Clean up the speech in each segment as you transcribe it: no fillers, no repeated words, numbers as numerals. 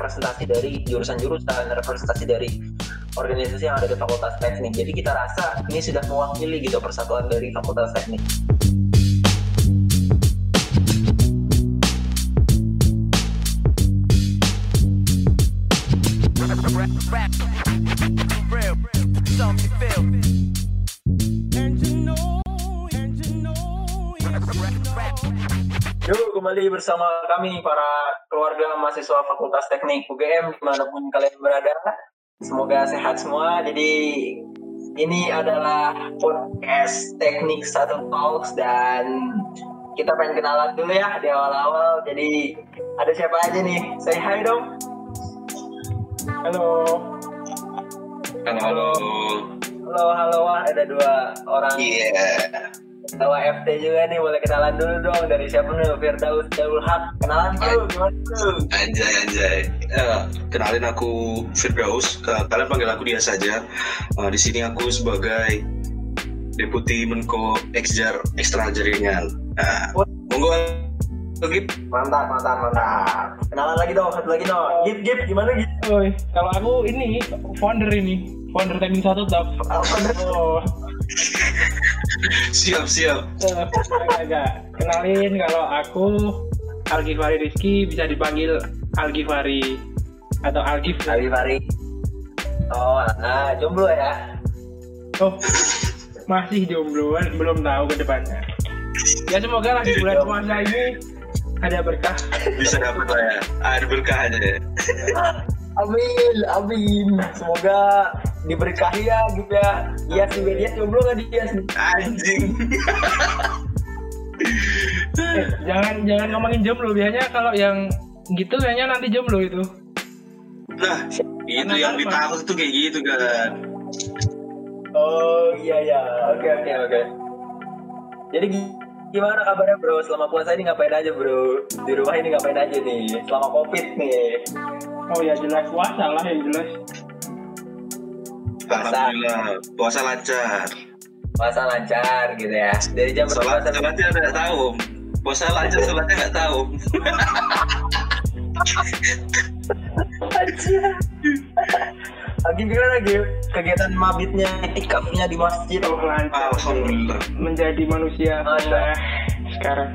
representasi dari jurusan-jurusan, representasi dari organisasi yang ada di Fakultas Teknik. Jadi kita rasa ini sudah mewakili gitu persatuan dari Fakultas Teknik. Yuk kembali bersama kami para keluarga mahasiswa Fakultas Teknik UGM dimanapun kalian berada. Semoga sehat semua. Jadi ini adalah podcast Teknik 1 Talks dan kita pengen kenalan dulu ya di awal-awal. Jadi ada siapa aja nih? Say hi dong. Halo. Halo. Halo. Wah, ada 2 orang. Iya. Tawa FT juga nih, boleh kenalan dulu dong. Dari siapa nih? Firdaus Daul Haq. Kenalan dulu, gimana tuh? Anjay. Kenalin aku Firdaus. Kalian panggil aku dia saja. Di sini aku sebagai Deputi Menko Ekstra Jaringan. Monggo. Gip. Mantap. Kenalan lagi dong, satu lagi dong. Gip, gimana gitu? Kalau aku ini founder Teknik 1 Talks. Oh. Siap. Agak. Kenalin, kalau aku Al-Ghifari Rizky, bisa dipanggil Al-Ghifari atau Al-Ghif. Al-Ghifari. Oh, jomblo ya? Oh, masih jomblo, belum tahu ke depannya. Ya semoga lagi bulan puasa ini ada berkah. Bisa dapat lah ya. Ada berkah aja ya. Amin. Semoga diberkahi ya gitu ya. Iya sih, dia jomblo nggak dia sih? Anjing. Jangan ngomongin jomblo, biasanya kalau yang gitu kayaknya nanti jomblo itu. Nah, itu yang ditakut tuh kayak gitu kan. Oh iya. Oke. Jadi gimana kabarnya bro? Selama puasa ini ngapain aja bro? Di rumah ini ngapain aja nih? Selama COVID nih? Oh ya jelas puasa lah yang jelas. Alhamdulillah, puasa lancar gitu ya. Dari jam berapa sampai Sholatnya nggak tahu. Puasa lancar, sholatnya nggak tahu. Lagi gimana lagi kegiatan mabitnya, itikafnya di masjid? Oh lancar. Alhamdulillah. Menjadi manusia sekarang.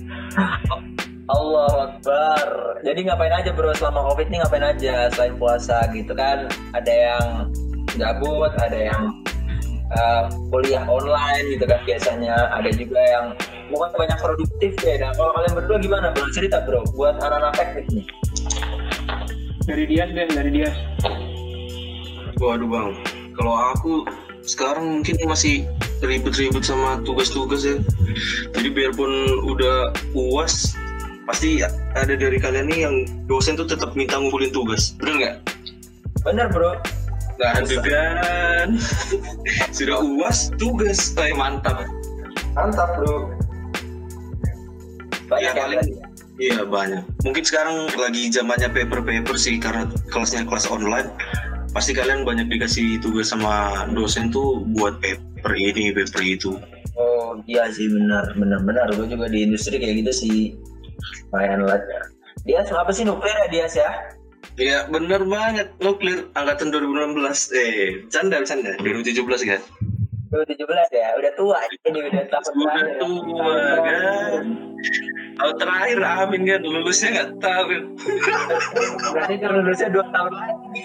Allah Akbar. Jadi ngapain aja bro selama COVID ini, ngapain aja selain puasa gitu kan? Ada yang gabut, ada yang kuliah online gitu kan biasanya. Ada juga yang mungkin banyak produktif ya. Nah, kalau kalian berdua gimana bro? Cerita bro, buat anak-anak teknik nih. Dari Dias. Waduh bang, kalau aku sekarang mungkin masih ribet-ribet sama tugas-tugas ya. Jadi biarpun udah UAS, pasti ada dari kalian nih yang dosen tuh tetap minta ngumpulin tugas, bener nggak? Bener bro. Nah itu kan sudah UAS tugas, mantap bro. Banyak ya, paling, iya banyak. Mungkin sekarang lagi zamannya paper sih karena kelasnya kelas online. Pasti kalian banyak dikasih tugas sama dosen tuh buat paper ini, paper itu. Oh iya sih, benar. Gue juga di industri kayak gitu sih. Lumayan lah ya. Dias apa sih nuklir ya Dias ya? Iya benar banget, nuklir angkatan 2016. Bercanda 2017 kan? 2017 ya, udah tua ini, udah tahun udah tua kan. Tahun terakhir amin kan, lulusnya nggak tahu kan. Berarti lulusnya 2 tahun lagi.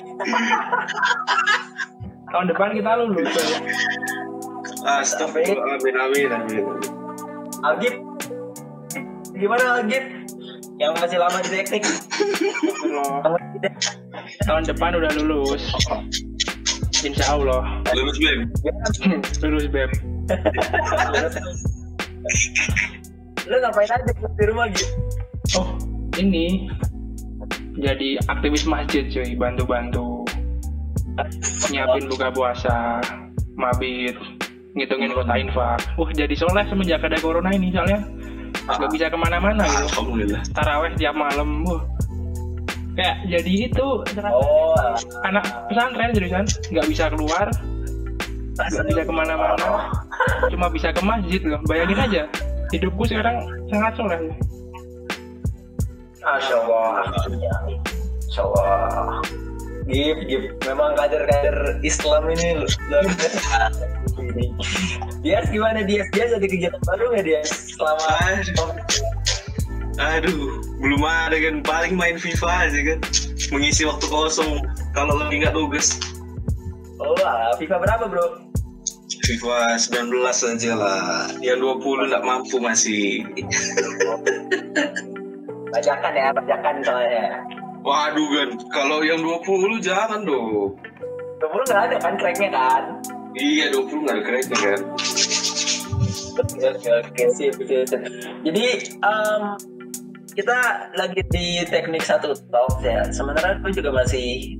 Tahun depan kita lulus. Astagfirullah, amin. Algif, gimana Algif? Yang masih lama di teknik. Tahun depan udah lulus. Insya Allah. Lulus BEM. Lulus BEM. Lu ngapain aja di rumah gitu? Oh ini jadi aktivis masjid cuy, bantu nyiapin buka puasa, mabit, ngitungin kota infak. Jadi soleh semenjak ada corona ini soalnya nggak bisa kemana-mana gitu. Alhamdulillah. Taraweh tiap malam. Kayak jadi itu anak pesantren jurusan nggak bisa keluar, nggak bisa kemana-mana, cuma bisa ke masjid loh. Bayangin aja, hidupku sekarang sangat soleh. Masya Allah. Masya Allah. Gip, memang kader Islam ini luar biasa. Dia gimana dia ada kegiatan baru nggak dia selama? Aduh, belum ada kan, paling main FIFA aja kan, mengisi waktu kosong kalau lagi nggak tugas. Oh lah, FIFA berapa bro? FIFA 19 aja lah, yang 20 nggak mampu masih. Bajakan soalnya. Waduh kan, kalau yang 20 jangan dong. 20 nggak ada kan cracknya kan? Iya 20 nggak ada cracknya kan. Oke sih. Jadi kita lagi di teknik satu talk ya. Sebenarnya aku juga masih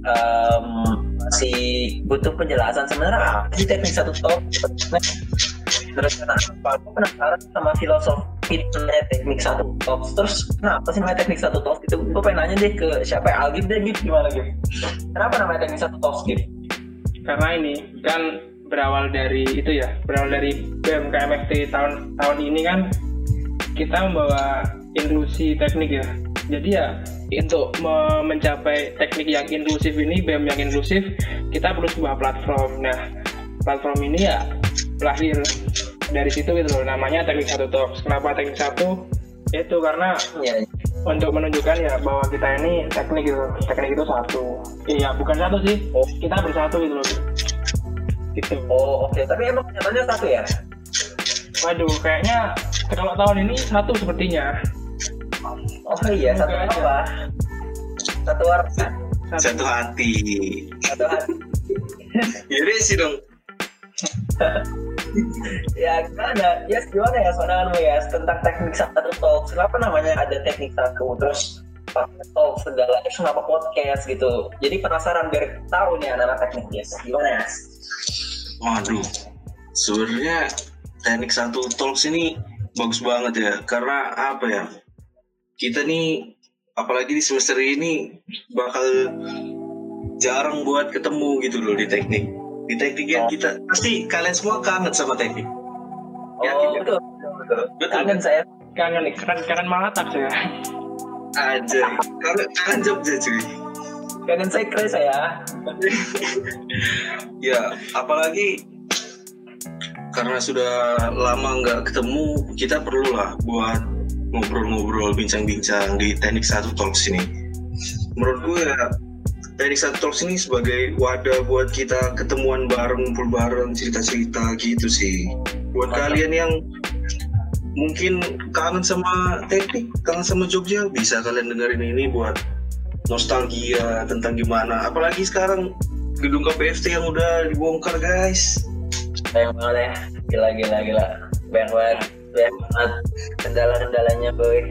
butuh penjelasan sebenarnya apa sih teknik satu talk. Terus kenapa? Aku penasaran sama filosofi teknik satu talk. Terus kenapa sih namanya teknik satu talk? Itu gue pengen nanya deh ke siapa ya? Algif deh, Gif gimana Gif? Kenapa namanya teknik satu talk, Gif? Karena ini kan berawal dari BEM KMFT tahun ini kan kita membawa inklusi teknik ya. Jadi ya untuk mencapai teknik yang inklusif ini, BEM yang inklusif, kita perlu sebuah platform. Nah, platform ini ya lahir dari situ gitu loh, namanya teknik satu talks. Kenapa teknik satu? Itu karena untuk menunjukkan ya bahwa kita ini teknik itu satu. Iya, bukan satu sih. Kita bersatu gitu loh. Gitu. Oh oke. Tapi emang kenyataannya satu ya? Waduh, kayaknya kalau tahun ini satu sepertinya. Oh iya, satu apa? Satu warna. Satu hati. Jadi sih dong. Ya gimana? Gimana ya pandanganmu ya tentang teknik satu talk? Kenapa namanya ada teknik satu? Terus talk segala itu kenapa podcast gitu? Jadi penasaran biar tahu nih anak-anak teknik gimana ya? Waduh, sebenarnya teknik satu talks ini bagus banget ya, karena apa ya? Kita nih apalagi di semester ini bakal jarang buat ketemu gitu loh di teknik. Di teknik yang kita pasti kalian semua kangen sama teknik. Betul. Kangen saya. Kangen Malatak saya. Aja. Kangen Jogja cuy. Kangen saya. Ya, apalagi karena sudah lama nggak ketemu, kita perlulah buat ngobrol-ngobrol, bincang-bincang di teknik satu talks ini. Menurut gue ya, teknik satu talks ini sebagai wadah buat kita ketemuan bareng, ngumpul bareng, cerita-cerita gitu sih. Buat kalian yang mungkin kangen sama teknik, kangen sama Jogja, bisa kalian dengerin ini buat nostalgia tentang gimana. Apalagi sekarang gedung KPFT yang udah dibongkar guys. Sayang banget ya, gila. Banyak banget kendala-kendalanya boy.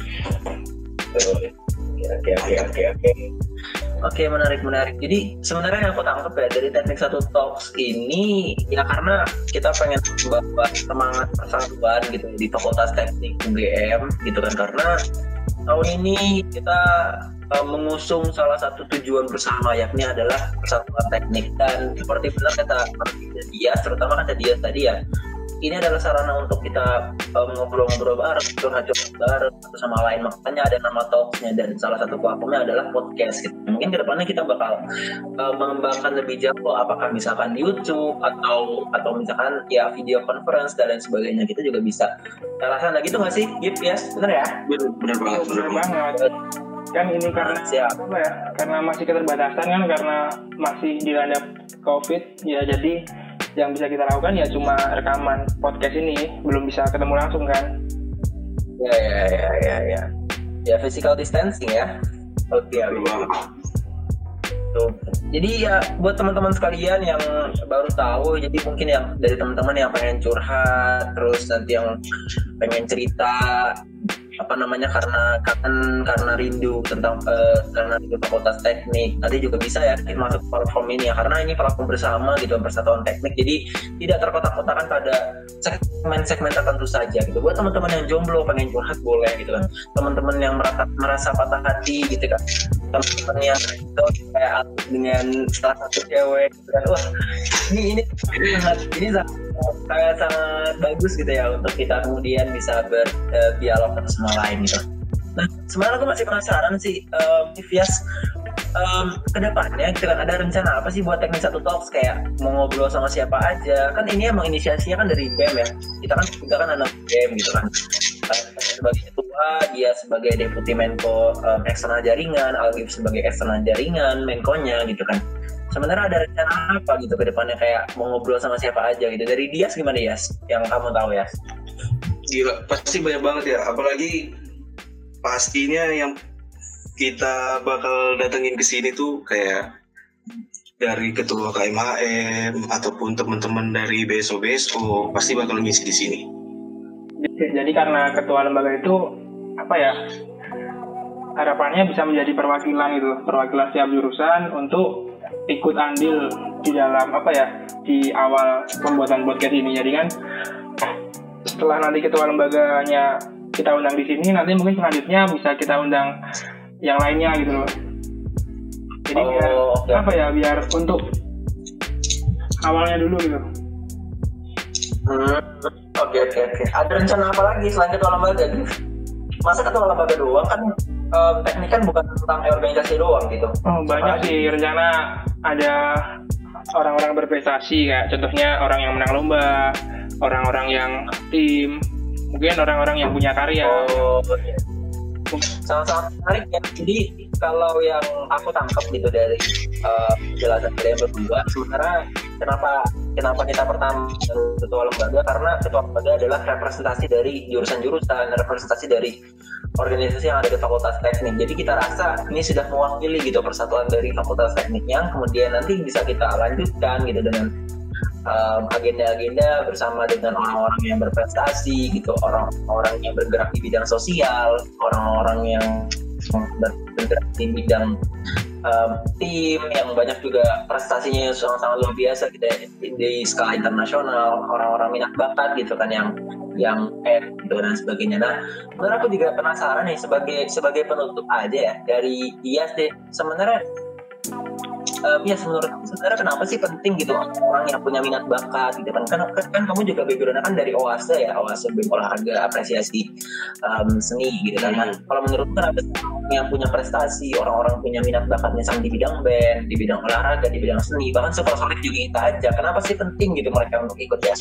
Oke, menarik. Jadi sebenarnya yang aku tangkap ya dari teknik satu talks ini ya karena kita pengen membawa semangat persatuan gitu di Fakultas Teknik UGM gitu kan, karena tahun ini kita mengusung salah satu tujuan bersama, yakni adalah persatuan teknik. Dan seperti benar kata Dias, terutama kata Dias tadi ya, ini adalah sarana untuk kita ngobrol-ngobrol bareng, curhat bareng satu sama lain. Makanya ada nama talksnya dan salah satu platformnya adalah podcast gitu. Mungkin kedepannya kita bakal mengembangkan lebih jauh, apakah misalkan YouTube atau misalkan ya video conference dan lain sebagainya. Kita juga bisa laksana gitu nggak sih, Gip? Yes, benar ya? Benar banget. Kan ini karena masih keterbatasan kan, karena masih dilanda COVID ya, jadi yang bisa kita lakukan ya cuma rekaman podcast ini, belum bisa ketemu langsung kan. Ya physical distancing ya. Oke. Jadi ya buat teman-teman sekalian yang baru tahu, jadi mungkin yang dari teman-teman yang pengen curhat, terus nanti yang pengen cerita karena rindu tentang karena rindu Fakultas Teknik, nanti juga bisa ya masuk platform ini ya, karena ini platform bersama gitu, persatuan teknik, jadi tidak terkotak-kotakan pada segmen-segmen tertentu saja gitu. Buat teman-teman yang jomblo pengen curhat boleh gitu kan, teman-teman yang merasa patah hati gitu kan, teman-teman yang itu kayak aku dengan salah satu cewek gitu kan, wah ini sangat bagus gitu ya untuk kita kemudian bisa berdialog satu sama lain gitu. Nah sebenarnya aku masih penasaran sih, Vias, kedepannya kita kan ada rencana apa sih buat teknik satu talks, kayak mau ngobrol sama siapa aja? Kan ini emang inisiasinya kan dari BEM ya. Kita kan anak BEM gitu kan. Saya sebagai ketua, dia sebagai deputi Menko eksternal jaringan, Algif sebagai eksternal jaringan, Menkonya gitu kan. Sebenarnya ada rencana apa gitu ke depannya, kayak mau ngobrol sama siapa aja gitu? Dari Dias gimana Dias? Yang kamu tahu ya? Gila, pasti banyak banget ya. Apalagi pastinya yang kita bakal datengin ke sini tuh kayak dari ketua KMHM ataupun teman-teman dari BSO pasti bakal ngisi di sini. Jadi karena ketua lembaga itu apa ya? Harapannya bisa menjadi perwakilan setiap jurusan untuk ikut andil di dalam di awal pembuatan podcast ini. Jadi kan setelah nanti ketua lembaganya kita undang di sini, nanti mungkin selanjutnya bisa kita undang yang lainnya gitu loh. Jadi biar untuk awalnya dulu gitu. Oke. Ada rencana apa lagi selain ketua lembaga? Masa ketua lembaga doang kan? Teknik kan bukan tentang organisasi doang gitu. Banyak sih rencana, ada orang-orang berprestasi, kayak contohnya orang yang menang lomba, orang-orang yang tim, mungkin orang-orang yang punya karya. Sangat-sangat menarik ya. Jadi kalau yang aku tangkap gitu dari penjelasan kalian berdua, sebenarnya kenapa kita pertama ketua lembaga, karena ketua lembaga adalah representasi dari jurusan-jurusan, representasi dari organisasi yang ada di Fakultas Teknik. Jadi kita rasa ini sudah mewakili gitu persatuan dari Fakultas Teknik, yang kemudian nanti bisa kita lanjutkan gitu dengan agenda-agenda bersama dengan orang-orang yang berprestasi gitu, orang-orang yang bergerak di bidang sosial, orang-orang yang bergerak di bidang tim yang banyak juga prestasinya sangat-sangat luar biasa gitu di skala internasional, orang-orang minat bakat gitu kan yang gitu dan sebagainya. Nah, menurut aku juga penasaran nih sebagai penutup aja ya dari Dias deh. Sebenarnya sebenarnya kenapa sih penting gitu orang yang punya minat bakat gitu kan kamu juga background kan dari OASE ya, OASE BEM olahraga apresiasi seni gitu kan. Nah, kalau menurutku kenapa sih yang punya prestasi, orang-orang punya minat bakat misalnya di bidang band, di bidang olahraga, di bidang seni, bahkan super solid juga kita aja, kenapa sih penting gitu mereka untuk ikut ya?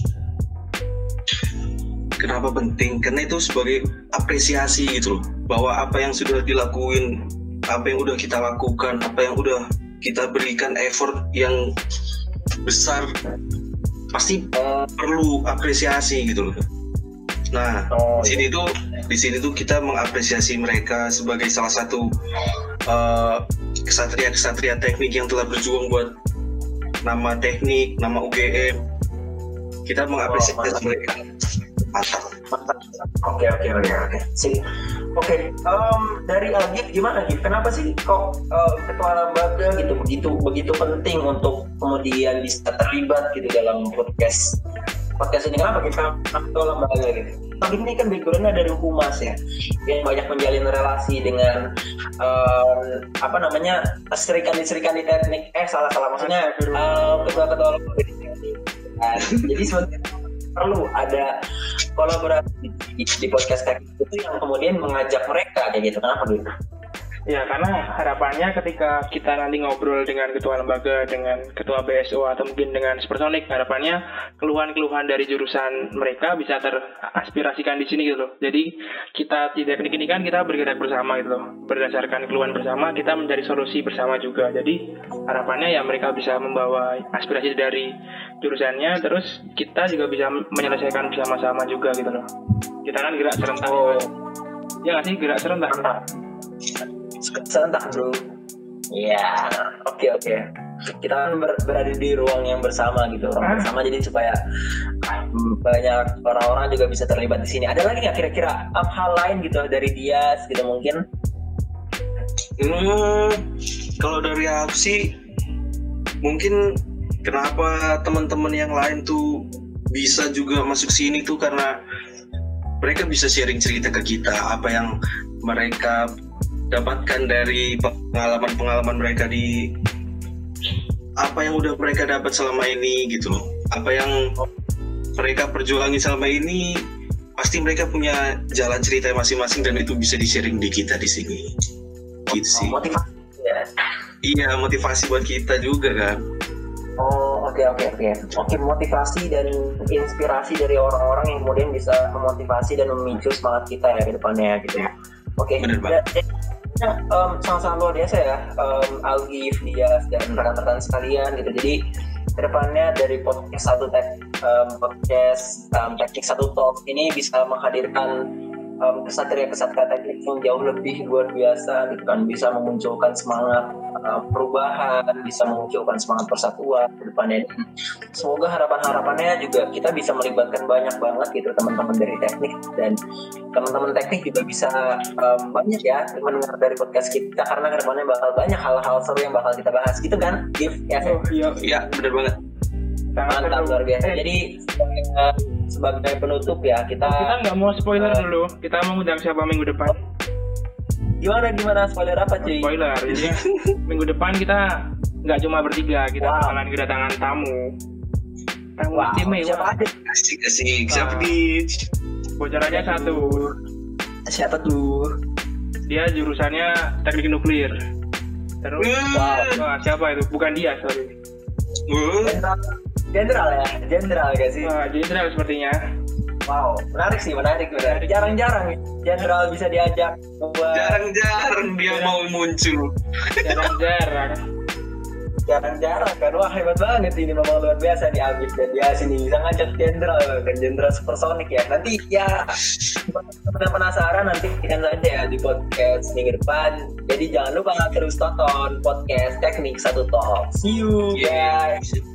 Kenapa penting? Karena itu sebagai apresiasi gitu loh, bahwa apa yang sudah dilakuin, apa yang udah kita lakukan, apa yang udah kita berikan effort yang besar, pasti perlu apresiasi gitu loh. Nah, di sini tuh kita mengapresiasi mereka sebagai salah satu kesatria teknik yang telah berjuang buat nama teknik, nama UGM. Kita mengapresiasi mereka. Mantap. Oke. Sip. Oke, dari Algif gimana Gif? Kenapa sih kok ketua lembaga gitu begitu penting untuk kemudian bisa terlibat gitu dalam podcast ini? Kenapa kita ketua lembaga gitu? Tapi ini kan backgroundnya dari humas ya, yang banyak menjalin relasi dengan serikandi teknik. Salah maksudnya ketua lembaga di teknik. Jadi sebenarnya perlu ada kolaborasi di podcast teknik itu yang kemudian mengajak mereka kayak gitu. Kenapa gitu? Ya, karena harapannya ketika kita nanti ngobrol dengan ketua lembaga, dengan ketua BSO atau mungkin dengan Supersonic, harapannya keluhan-keluhan dari jurusan mereka bisa teraspirasikan di sini gitu loh. Jadi kita di teknik ini kan kita bergerak bersama gitu loh. Berdasarkan keluhan bersama, kita mencari solusi bersama juga. Jadi harapannya ya mereka bisa membawa aspirasi dari jurusannya, terus kita juga bisa menyelesaikan bersama-sama juga gitu loh. Kita kan gerak serentak. Ya nggak sih, gerak serentak. Serentak bro. Ya, oke. Kita kan berada di ruang yang bersama gitu, bersama, jadi supaya banyak orang-orang juga bisa terlibat di sini. Ada lagi nggak kira-kira hal lain gitu dari Dias gitu mungkin? Kalau dari aku sih mungkin kenapa teman-teman yang lain tuh bisa juga masuk sini tuh karena mereka bisa sharing cerita ke kita apa yang mereka dapatkan dari pengalaman mereka, di apa yang udah mereka dapat selama ini gitu loh. Apa yang mereka perjuangin selama ini, pasti mereka punya jalan cerita masing-masing dan itu bisa di-sharing di kita di sini. Gitu sih. Motivasi ya. Iya, motivasi buat kita juga kan. Oh, oke, motivasi dan inspirasi dari orang-orang yang kemudian bisa memotivasi dan memicu semangat kita ya ke depannya gitu. Oke. Bener banget. Sangat-sangat luar biasa ya, Algi, Dias, dan rekan-rekan sekalian gitu. Jadi kedepannya dari podcast teknik satu talk ini bisa menghadirkan kesatria-kesatria teknik yang jauh lebih luar biasa gitu kan, bisa memunculkan semangat perubahan, bisa memunculkan semangat persatuan ke depannya. Semoga harapannya juga kita bisa melibatkan banyak banget gitu teman-teman dari teknik, dan teman-teman teknik juga bisa banyak ya mendengar dari podcast kita, karena ke depannya bakal banyak hal-hal seru yang bakal kita bahas gitu kan, Gif? Iya, benar banget. Mantap, luar biasa. Jadi sebagai penutup ya, kita nggak mau spoiler dulu. Kita mau ngundang siapa minggu depan? Gimana spoiler apa cuy? Spoiler. Jadi minggu depan kita nggak cuma bertiga, kita bakalan kedatangan tamu istimewa. Siapa aja? Asik. Siapa nih? Bocorannya satu. Siapa tuh? Dia jurusannya teknik nuklir. Terus siapa itu? Bukan dia, sorry. Jenderal gak sih? Jenderal sepertinya. Wow, menarik. Jarang-jarang jenderal bisa diajak. Jarang-jarang dia mau muncul. Jarang-jarang kan. Wah, hebat banget ini, memang luar biasa nih Algif dan dia sini bisa ngajak jenderal kan, jenderal supersonik ya. Nanti ya penasaran, nanti kan saja ya di podcast minggu depan. Jadi jangan lupa terus tonton podcast Teknik Satu Talk. See you guys.